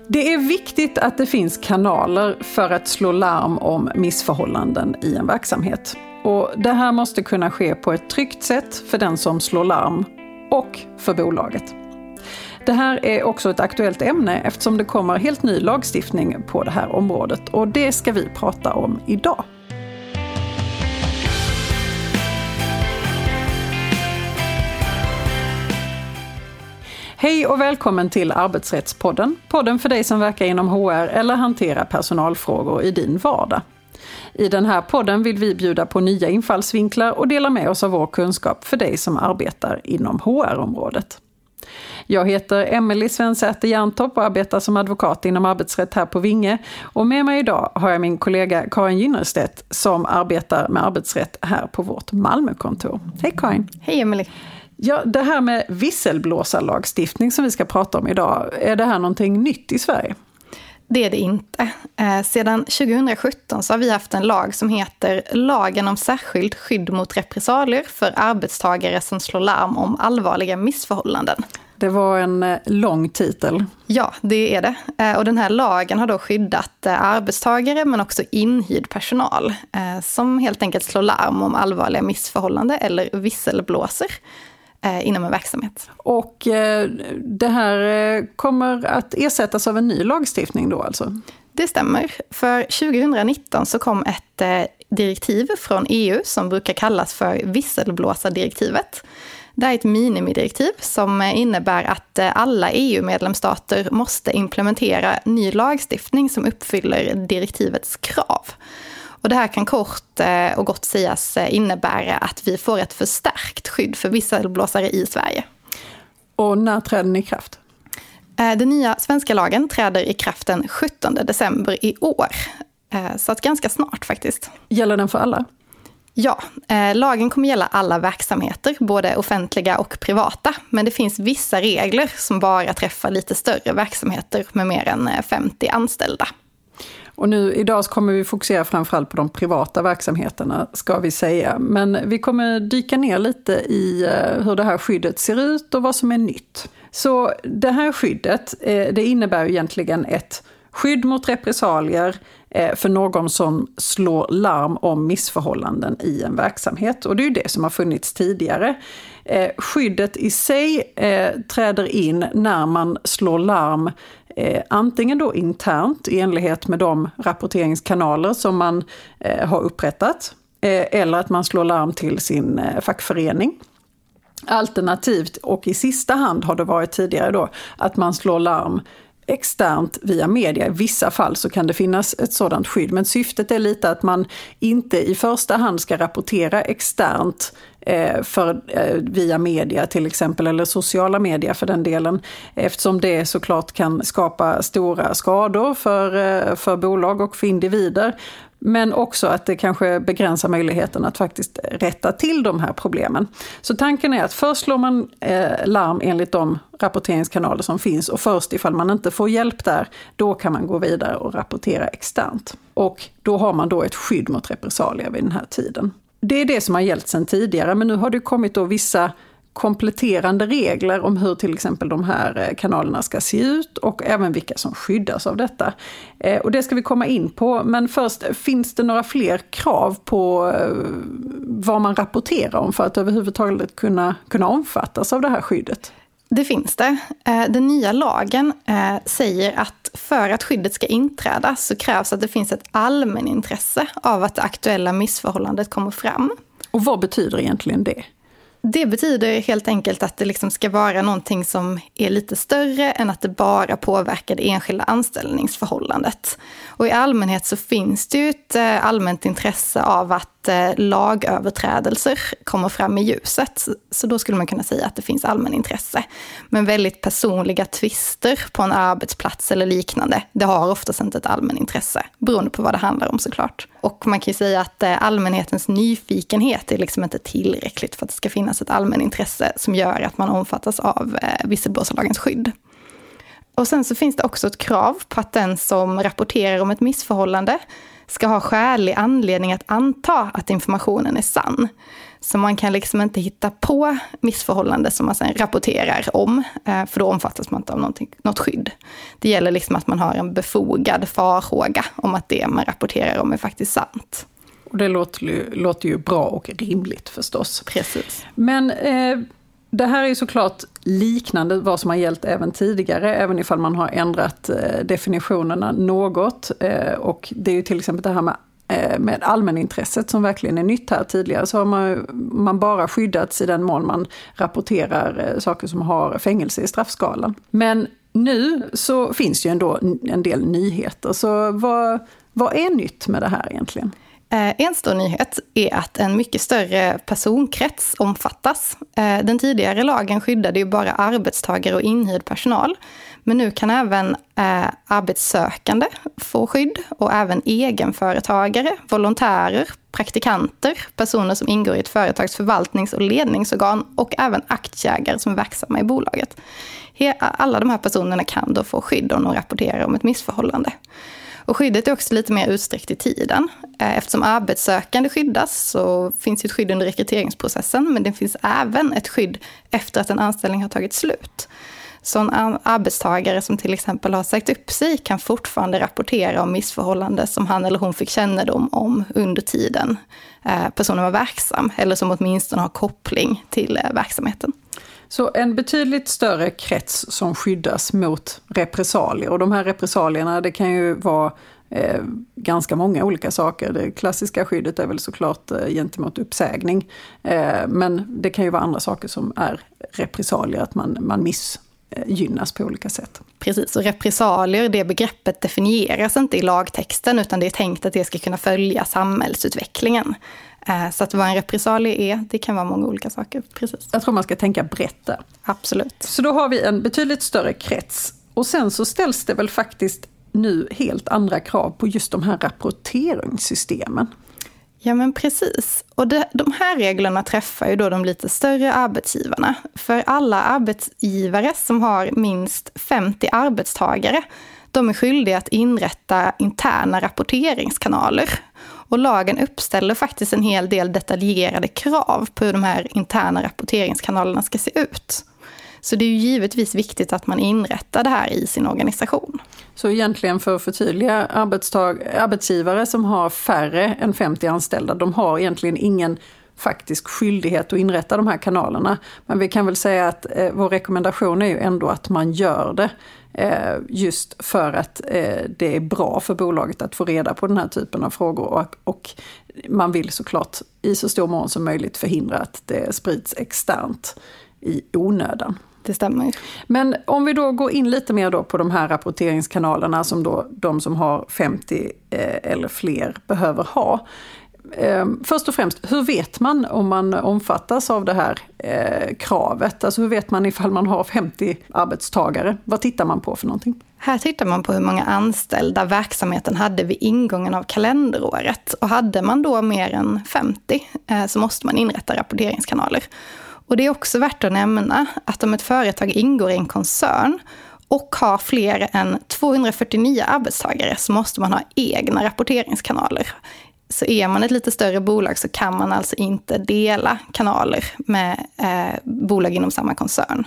Det är viktigt att det finns kanaler för att slå larm om missförhållanden i en verksamhet. Och det här måste kunna ske på ett tryggt sätt för den som slår larm och för bolaget. Det här är också ett aktuellt ämne eftersom det kommer helt ny lagstiftning på det här området och det ska vi prata om idag. Hej och välkommen till Arbetsrättspodden. Podden för dig som verkar inom HR eller hanterar personalfrågor i din vardag. I den här podden vill vi bjuda på nya infallsvinklar och dela med oss av vår kunskap för dig som arbetar inom HR-området. Jag heter Emelie Svensäter-Järntorp och arbetar som advokat inom arbetsrätt här på Vinge. Och med mig idag har jag min kollega Karin Gynnerstedt som arbetar med arbetsrätt här på vårt Malmökontor. Hej Karin! Hej Emelie! Ja, det här med visselblåsarlagstiftning som vi ska prata om idag, är det här någonting nytt i Sverige? Det är det inte. Sedan 2017 så har vi haft en lag som heter Lagen om särskilt skydd mot repressalier för arbetstagare som slår larm om allvarliga missförhållanden. Det var en lång titel. Ja, det är det. Och den här lagen har då skyddat arbetstagare men också inhyrd personal som helt enkelt slår larm om allvarliga missförhållanden eller visselblåser inom en verksamhet. Och det här kommer att ersättas av en ny lagstiftning då alltså? Det stämmer. För 2019 så kom ett direktiv från EU som brukar kallas för visselblåsardirektivet. Det är ett minimidirektiv som innebär att alla EU-medlemsstater måste implementera ny lagstiftning som uppfyller direktivets krav. Och det här kan kort och gott sägas innebära att vi får ett förstärkt skydd för visselblåsare i Sverige. Och när träder den i kraft? Den nya svenska lagen träder i kraft den 17 december i år. Så att ganska snart faktiskt. Gäller den för alla? Ja, lagen kommer gälla alla verksamheter, både offentliga och privata. Men det finns vissa regler som bara träffar lite större verksamheter med mer än 50 anställda. Och nu idag så kommer vi fokusera framförallt på de privata verksamheterna ska vi säga. Men vi kommer dyka ner lite i hur det här skyddet ser ut och vad som är nytt. Så det här skyddet det innebär egentligen ett skydd mot repressalier för någon som slår larm om missförhållanden i en verksamhet. Och det är ju det som har funnits tidigare. Skyddet i sig träder in när man slår larm antingen då internt i enlighet med de rapporteringskanaler som man har upprättat eller att man slår larm till sin fackförening. Alternativt och i sista hand har det varit tidigare då att man slår larm externt via media. I vissa fall så kan det finnas ett sådant skydd, men syftet är lite att man inte i första hand ska rapportera externt via media till exempel, eller sociala medier för den delen, eftersom det såklart kan skapa stora skador för bolag och för individer. Men också att det kanske begränsar möjligheten att faktiskt rätta till de här problemen. Så tanken är att först slår man larm enligt de rapporteringskanaler som finns. Och först ifall man inte får hjälp där, då kan man gå vidare och rapportera externt. Och då har man då ett skydd mot repressalier vid den här tiden. Det är det som har gällt sedan tidigare, men nu har det kommit då vissa kompletterande regler om hur till exempel de här kanalerna ska se ut och även vilka som skyddas av detta. Och det ska vi komma in på, men först, finns det några fler krav på vad man rapporterar om för att överhuvudtaget kunna omfattas av det här skyddet? Det finns det. Den nya lagen säger att för att skyddet ska inträda så krävs att det finns ett allmänintresse av att det aktuella missförhållandet kommer fram. Och vad betyder egentligen det? Det betyder helt enkelt att det liksom ska vara någonting som är lite större än att det bara påverkar det enskilda anställningsförhållandet. Och i allmänhet så finns det ju ett allmänt intresse av att lagöverträdelser kommer fram i ljuset. Så då skulle man kunna säga att det finns allmänintresse. Men väldigt personliga tvister på en arbetsplats eller liknande, det har oftast inte ett allmänintresse, beroende på vad det handlar om såklart. Och man kan ju säga att allmänhetens nyfikenhet är liksom inte tillräckligt för att det ska finnas ett allmänintresse som gör att man omfattas av visselblåsarlagens skydd. Och sen så finns det också ett krav på att den som rapporterar om ett missförhållande ska ha skälig anledning att anta att informationen är sann. Så man kan liksom inte hitta på missförhållanden som man sen rapporterar om, för då omfattas man inte av något skydd. Det gäller liksom att man har en befogad farhåga om att det man rapporterar om är faktiskt sant. Och det låter ju bra och rimligt förstås. Precis. Men det här är ju såklart liknande vad som har gällt även tidigare, även ifall man har ändrat definitionerna något. Och det är ju till exempel det här med allmänintresset som verkligen är nytt här. Tidigare så har man bara skyddats i den mån man rapporterar saker som har fängelse i straffskalan. Men nu så finns ju ändå en del nyheter. Så vad är nytt med det här egentligen? En stor nyhet är att en mycket större personkrets omfattas. Den tidigare lagen skyddade ju bara arbetstagare och inhyrd personal. Men nu kan även arbetssökande få skydd och även egenföretagare, volontärer, praktikanter, personer som ingår i ett företags förvaltnings- och ledningsorgan och även aktieägare som är verksamma i bolaget. Alla de här personerna kan då få skydd om de rapporterar om ett missförhållande. Och skyddet är också lite mer utsträckt i tiden. Eftersom arbetssökande skyddas så finns ett skydd under rekryteringsprocessen, men det finns även ett skydd efter att en anställning har tagit slut. Så en arbetstagare som till exempel har sagt upp sig kan fortfarande rapportera om missförhållanden som han eller hon fick kännedom om under tiden personen var verksam, eller som åtminstone har koppling till verksamheten. Så en betydligt större krets som skyddas mot repressalier. Och de här repressalierna, det kan ju vara ganska många olika saker. Det klassiska skyddet är väl såklart gentemot uppsägning. Men det kan ju vara andra saker som är repressalier, att man missgynnas på olika sätt. Precis, och repressalier, det begreppet definieras inte i lagtexten, utan det är tänkt att det ska kunna följa samhällsutvecklingen. Så att vad en repressalie är, det kan vara många olika saker. Precis. Jag tror man ska tänka brett där. Absolut. Så då har vi en betydligt större krets. Och sen så ställs det väl faktiskt nu helt andra krav på just de här rapporteringssystemen. Ja, men precis. Och de här reglerna träffar ju då de lite större arbetsgivarna. För alla arbetsgivare som har minst 50 arbetstagare, de är skyldiga att inrätta interna rapporteringskanaler. Och lagen uppställer faktiskt en hel del detaljerade krav på hur de här interna rapporteringskanalerna ska se ut. Så det är ju givetvis viktigt att man inrättar det här i sin organisation. Så egentligen för att förtydliga, arbetsgivare som har färre än 50 anställda, de har egentligen ingen faktisk skyldighet att inrätta de här kanalerna. Men vi kan väl säga att vår rekommendation är ju ändå att man gör det. Just för att det är bra för bolaget att få reda på den här typen av frågor. Och man vill såklart i så stor mån som möjligt förhindra att det sprids externt i onödan. Det stämmer. Men om vi då går in lite mer då på de här rapporteringskanalerna som då de som har 50 eller fler behöver ha. Först och främst, hur vet man om man omfattas av det här kravet? Alltså hur vet man ifall man har 50 arbetstagare? Vad tittar man på för någonting? Här tittar man på hur många anställda verksamheten hade vid ingången av kalenderåret. Och hade man då mer än 50 så måste man inrätta rapporteringskanaler. Och det är också värt att nämna att om ett företag ingår i en koncern och har fler än 249 arbetstagare så måste man ha egna rapporteringskanaler. Så är man ett lite större bolag så kan man alltså inte dela kanaler med bolag inom samma koncern.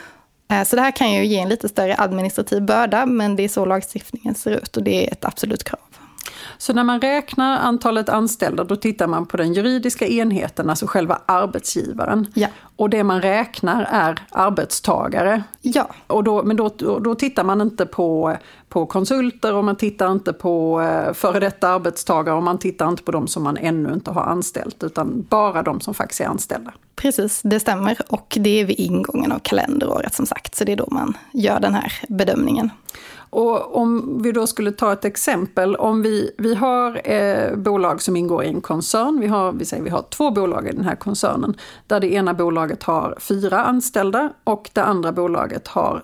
Så det här kan ju ge en lite större administrativ börda, men det är så lagstiftningen ser ut och det är ett absolut krav. Så när man räknar antalet anställda då tittar man på den juridiska enheten, alltså själva arbetsgivaren. Ja. Och det man räknar är arbetstagare. Ja. Och då tittar man inte på konsulter och man tittar inte på före detta arbetstagare och man tittar inte på de som man ännu inte har anställt utan bara de som faktiskt är anställda. Precis, det stämmer och det är vid ingången av kalenderåret som sagt, så det är då man gör den här bedömningen. Och om vi då skulle ta ett exempel, om vi har bolag som ingår i en koncern, vi har 2 bolag i den här koncernen där det ena bolaget har 4 anställda och det andra bolaget har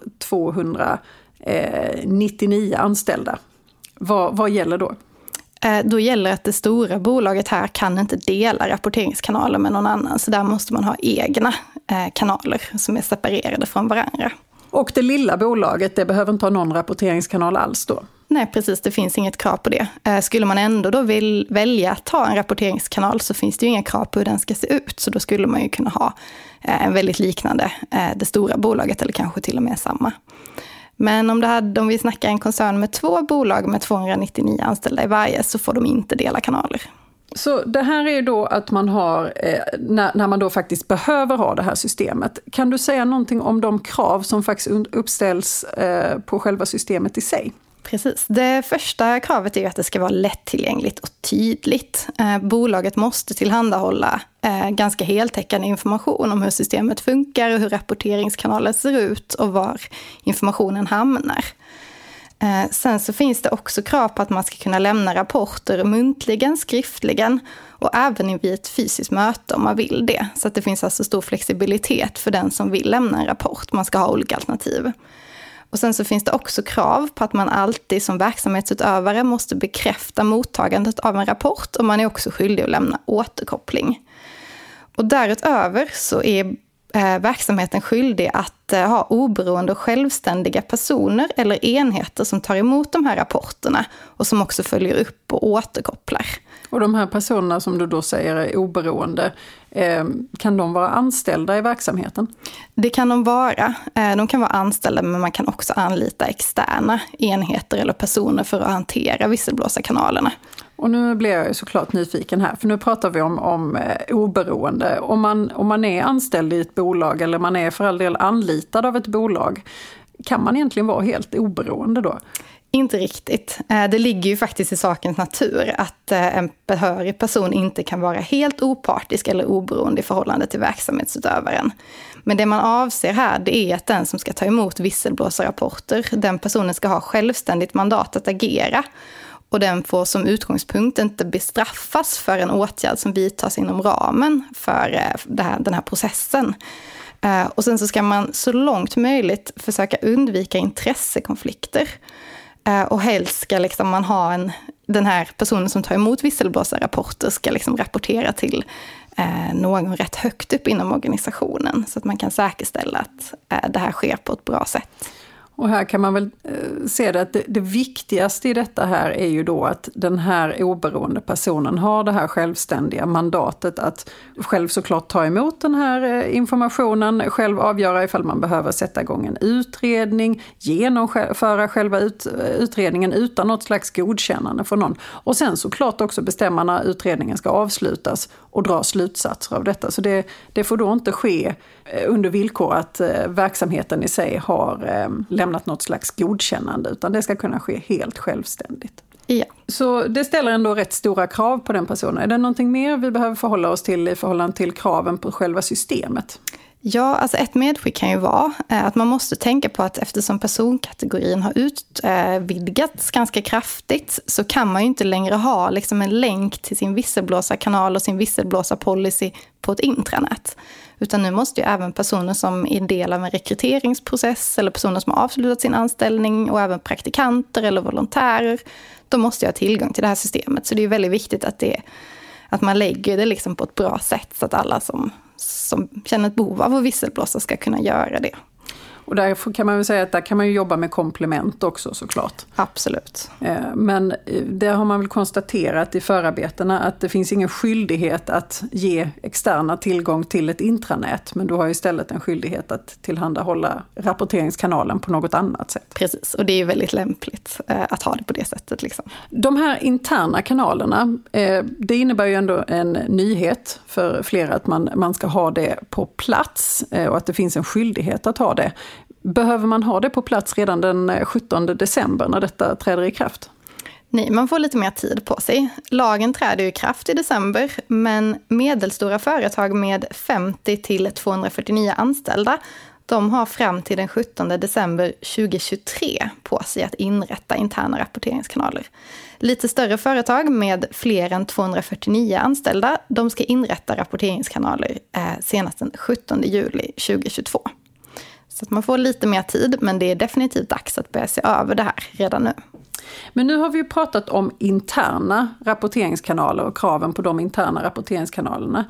299 anställda. Vad gäller då? Då gäller att det stora bolaget här kan inte dela rapporteringskanaler med någon annan, så där måste man ha egna kanaler som är separerade från varandra. Och det lilla bolaget, det behöver inte ha någon rapporteringskanal alls då? Nej, precis. Det finns inget krav på det. Skulle man ändå då välja att ta en rapporteringskanal så finns det ju inga krav på hur den ska se ut. Så då skulle man ju kunna ha en väldigt liknande det stora bolaget eller kanske till och med samma. Men om vi snackar en koncern med 2 bolag med 299 anställda i varje så får de inte dela kanaler. Så det här är ju då att man har, när man då faktiskt behöver ha det här systemet. Kan du säga någonting om de krav som faktiskt uppställs på själva systemet i sig? Precis. Det första kravet är ju att det ska vara lättillgängligt och tydligt. Bolaget måste tillhandahålla ganska heltäckande information om hur systemet funkar och hur rapporteringskanaler ser ut och var informationen hamnar. Sen så finns det också krav på att man ska kunna lämna rapporter muntligen, skriftligen och även vid ett fysiskt möte om man vill det. Så att det finns alltså stor flexibilitet för den som vill lämna en rapport. Man ska ha olika alternativ. Och sen så finns det också krav på att man alltid som verksamhetsutövare måste bekräfta mottagandet av en rapport och man är också skyldig att lämna återkoppling. Och därutöver så är verksamheten skyldig att ha oberoende och självständiga personer eller enheter som tar emot de här rapporterna och som också följer upp och återkopplar. Och de här personerna som du då säger är oberoende, kan de vara anställda i verksamheten? Det kan de vara. De kan vara anställda men man kan också anlita externa enheter eller personer för att hantera visselblåsarkanalerna. Och nu blir jag såklart nyfiken här, för nu pratar vi om oberoende. Om man är anställd i ett bolag eller man är för all del anlitad av ett bolag, kan man egentligen vara helt oberoende då? Inte riktigt. Det ligger ju faktiskt i sakens natur att en behörig person inte kan vara helt opartisk eller oberoende i förhållande till verksamhetsutövaren. Men det man avser här det är att den som ska ta emot visselblåsarrapporter, den personen ska ha självständigt mandat att agera. Och den får som utgångspunkt inte bestraffas för en åtgärd som vidtas inom ramen för den här processen. Och sen så ska man så långt möjligt försöka undvika intressekonflikter. Och helst ska liksom man ha den här personen som tar emot visselblåsarrapporter ska liksom rapportera till någon rätt högt upp inom organisationen. Så att man kan säkerställa att det här sker på ett bra sätt. Och här kan man väl se det att det viktigaste i detta här är ju då att den här oberoende personen har det här självständiga mandatet att själv såklart ta emot den här informationen, själv avgöra ifall man behöver sätta igång en utredning, genomföra själva utredningen utan något slags godkännande från någon. Och sen såklart också bestämma när utredningen ska avslutas och dra slutsatser av detta. Så det får då inte ske under villkor att verksamheten i sig har lämnat något slags godkännande, utan det ska kunna ske helt självständigt. Ja. Så det ställer ändå rätt stora krav på den personen. Är det någonting mer vi behöver förhålla oss till i förhållande till kraven på själva systemet? Ja, alltså ett medskick kan ju vara att man måste tänka på att eftersom personkategorin har utvidgats ganska kraftigt så kan man ju inte längre ha liksom en länk till sin visselblåsarkanal och sin visselblåsarpolicy på ett intranät. Utan nu måste ju även personer som är del av en rekryteringsprocess eller personer som har avslutat sin anställning och även praktikanter eller volontärer, de måste ju ha tillgång till det här systemet. Så det är väldigt viktigt att man lägger det liksom på ett bra sätt så att alla som känner ett behov av att visselblåsa ska kunna göra det. Och därför kan man väl säga att där kan man ju jobba med komplement också såklart. Absolut. Men det har man väl konstaterat i förarbetena att det finns ingen skyldighet att ge externa tillgång till ett intranät. Men du har istället en skyldighet att tillhandahålla rapporteringskanalen på något annat sätt. Precis, och det är ju väldigt lämpligt att ha det på det sättet. Liksom. De här interna kanalerna, det innebär ju ändå en nyhet för flera att man ska ha det på plats och att det finns en skyldighet att ha det. Behöver man ha det på plats redan den 17 december när detta träder i kraft? Nej, man får lite mer tid på sig. Lagen träder i kraft i december, men medelstora företag med 50 till 249 anställda, de har fram till den 17 december 2023 på sig att inrätta interna rapporteringskanaler. Lite större företag med fler än 249 anställda, de ska inrätta rapporteringskanaler senast den 17 juli 2022. Så att man får lite mer tid, men det är definitivt dags att börja se över det här redan nu. Men nu har vi ju pratat om interna rapporteringskanaler och kraven på de interna rapporteringskanalerna.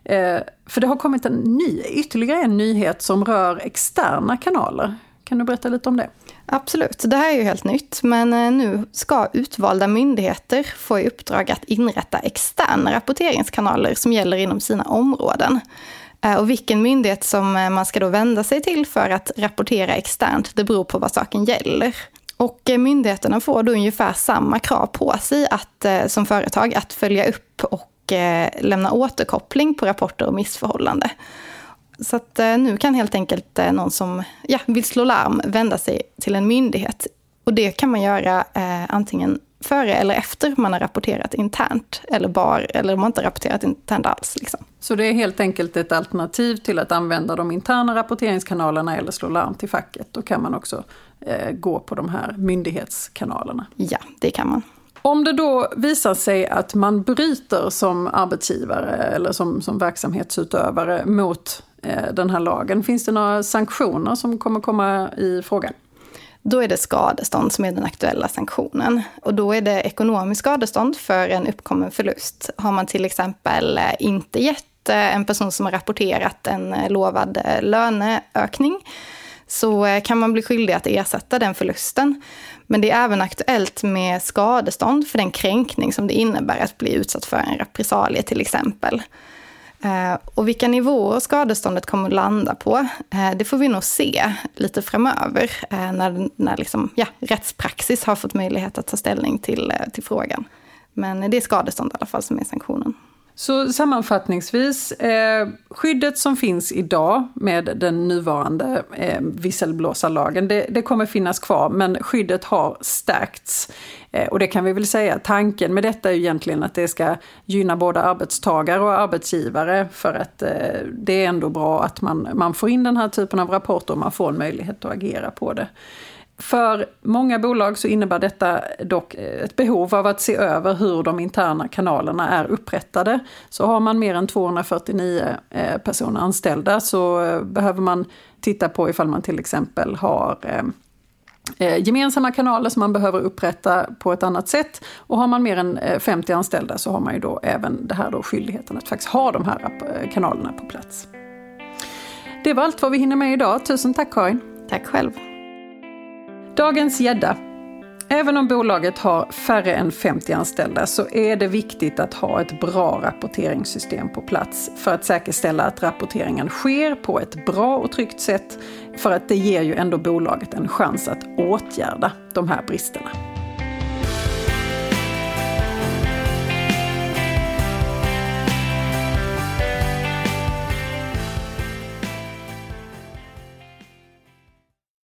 För det har kommit ytterligare en nyhet som rör externa kanaler. Kan du berätta lite om det? Absolut, det här är ju helt nytt, men nu ska utvalda myndigheter få i uppdrag att inrätta externa rapporteringskanaler som gäller inom sina områden. Och vilken myndighet som man ska då vända sig till för att rapportera externt, det beror på vad saken gäller. Och myndigheterna får då ungefär samma krav på sig som företag att följa upp och lämna återkoppling på rapporter och missförhållande. Så att nu kan helt enkelt någon som vill slå larm vända sig till en myndighet. Och det kan man göra antingen före eller efter man har rapporterat internt. Eller om man inte har rapporterat internt alls. Liksom. Så det är helt enkelt ett alternativ till att använda de interna rapporteringskanalerna eller slå larm till facket. Då kan man också gå på de här myndighetskanalerna. Ja, det kan man. Om det då visar sig att man bryter som arbetsgivare eller som verksamhetsutövare mot den här lagen, finns det några sanktioner som kommer komma i fråga? Då är det skadestånd som är den aktuella sanktionen. Och då är det ekonomisk skadestånd för en uppkommen förlust. Har man till exempel inte gett en person som har rapporterat en lovad löneökning, så kan man bli skyldig att ersätta den förlusten. Men det är även aktuellt med skadestånd för den kränkning som det innebär att bli utsatt för en repressalie till exempel. Och vilka nivåer skadeståndet kommer att landa på, det får vi nog se lite framöver när rättspraxis har fått möjlighet att ta ställning till frågan. Men det är skadestånd i alla fall som är sanktionen. Så sammanfattningsvis, skyddet som finns idag med den nuvarande visselblåsarlagen, det kommer finnas kvar, men skyddet har stärkts. Och det kan vi väl säga, tanken med detta är ju egentligen att det ska gynna både arbetstagare och arbetsgivare, för att det är ändå bra att man får in den här typen av rapporter och man får en möjlighet att agera på det. För många bolag så innebär detta dock ett behov av att se över hur de interna kanalerna är upprättade. Så har man mer än 249 personer anställda så behöver man titta på ifall man till exempel har gemensamma kanaler som man behöver upprätta på ett annat sätt. Och har man mer än 50 anställda så har man ju då även det här då skyldigheten att faktiskt ha de här kanalerna på plats. Det var allt vad vi hinner med idag. Tusen tack, Karin. Tack själv. Dagens gädda. Även om bolaget har färre än 50 anställda så är det viktigt att ha ett bra rapporteringssystem på plats för att säkerställa att rapporteringen sker på ett bra och tryggt sätt, för att det ger ju ändå bolaget en chans att åtgärda de här bristerna.